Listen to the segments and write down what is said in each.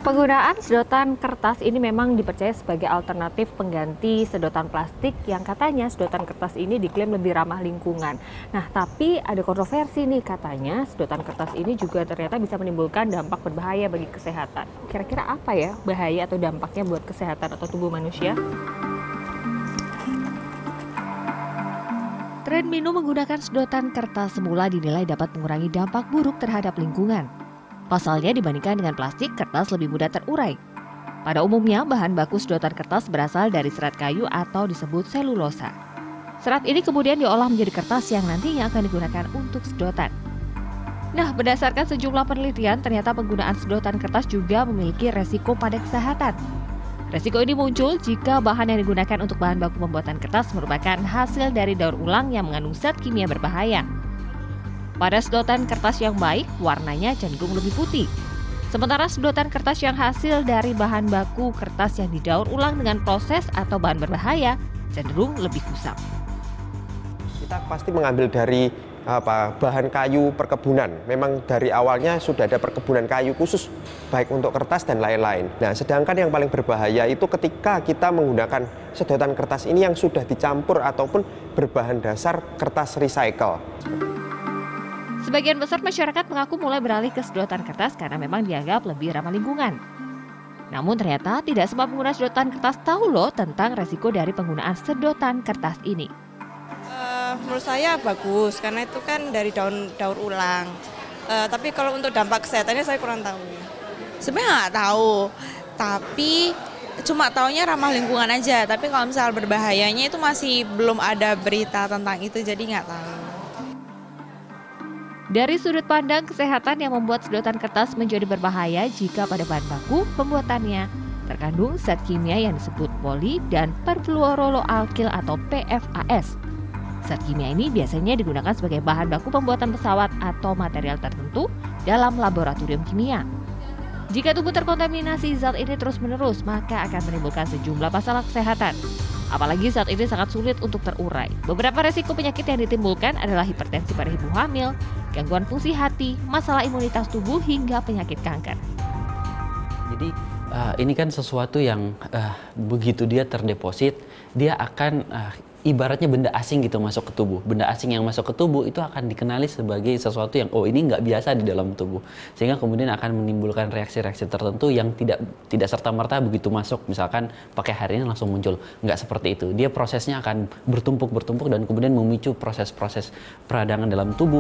Penggunaan sedotan kertas ini memang dipercaya sebagai alternatif pengganti sedotan plastik yang katanya sedotan kertas ini diklaim lebih ramah lingkungan. Nah, tapi ada kontroversi nih, katanya sedotan kertas ini juga ternyata bisa menimbulkan dampak berbahaya bagi kesehatan. Kira-kira apa ya bahaya atau dampaknya buat kesehatan atau tubuh manusia? Tren minum menggunakan sedotan kertas semula dinilai dapat mengurangi dampak buruk terhadap lingkungan. Pasalnya dibandingkan dengan plastik, kertas lebih mudah terurai. Pada umumnya, bahan baku sedotan kertas berasal dari serat kayu atau disebut selulosa. Serat ini kemudian diolah menjadi kertas yang nantinya akan digunakan untuk sedotan. Nah, berdasarkan sejumlah penelitian, ternyata penggunaan sedotan kertas juga memiliki resiko pada kesehatan. Resiko ini muncul jika bahan yang digunakan untuk bahan baku pembuatan kertas merupakan hasil dari daur ulang yang mengandung zat kimia berbahaya. Pada sedotan kertas yang baik, warnanya cenderung lebih putih. Sementara sedotan kertas yang hasil dari bahan baku kertas yang didaur ulang dengan proses atau bahan berbahaya cenderung lebih kusam. Kita pasti mengambil dari bahan kayu perkebunan. Memang dari awalnya sudah ada perkebunan kayu khusus baik untuk kertas dan lain-lain. Nah, sedangkan yang paling berbahaya itu ketika kita menggunakan sedotan kertas ini yang sudah dicampur ataupun berbahan dasar kertas recycle. Sebagian besar masyarakat mengaku mulai beralih ke sedotan kertas karena memang dianggap lebih ramah lingkungan. Namun ternyata tidak semua pengguna sedotan kertas tahu loh tentang resiko dari penggunaan sedotan kertas ini. Menurut saya bagus karena itu kan dari daur ulang. Tapi kalau untuk dampak kesehatannya saya kurang tahu. Sebenarnya nggak tahu, tapi cuma taunya ramah lingkungan aja. Tapi kalau misal berbahayanya itu masih belum ada berita tentang itu, jadi nggak tahu. Dari sudut pandang kesehatan yang membuat sedotan kertas menjadi berbahaya jika pada bahan baku pembuatannya terkandung zat kimia yang disebut poli dan perfluororoalkil atau PFAS. Zat kimia ini biasanya digunakan sebagai bahan baku pembuatan pesawat atau material tertentu dalam laboratorium kimia. Jika tubuh terkontaminasi zat ini terus-menerus, maka akan menimbulkan sejumlah masalah kesehatan. Apalagi saat ini sangat sulit untuk terurai. Beberapa resiko penyakit yang ditimbulkan adalah hipertensi pada ibu hamil, gangguan fungsi hati, masalah imunitas tubuh, hingga penyakit kanker. Jadi ini kan sesuatu yang begitu dia terdeposit, dia akan ibaratnya benda asing gitu masuk ke tubuh. Benda asing yang masuk ke tubuh itu akan dikenali sebagai sesuatu yang ini nggak biasa di dalam tubuh. Sehingga kemudian akan menimbulkan reaksi-reaksi tertentu yang tidak serta-merta begitu masuk. Misalkan pakai hari ini langsung muncul. Nggak seperti itu. Dia prosesnya akan bertumpuk dan kemudian memicu proses-proses peradangan dalam tubuh.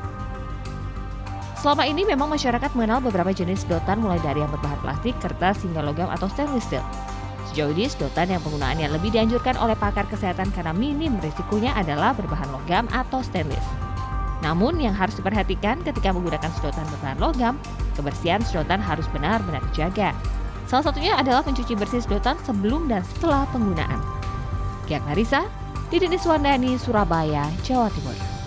Selama ini memang masyarakat mengenal beberapa jenis sedotan mulai dari yang berbahan plastik, kertas, hingga logam atau stainless steel. Sejauh ini sedotan yang penggunaannya lebih dianjurkan oleh pakar kesehatan karena minim risikonya adalah berbahan logam atau stainless. Namun yang harus diperhatikan ketika menggunakan sedotan berbahan logam, kebersihan sedotan harus benar-benar dijaga. Salah satunya adalah mencuci bersih sedotan sebelum dan setelah penggunaan. Gia Clarissa, Didin Iswandani, Surabaya, Jawa Timur.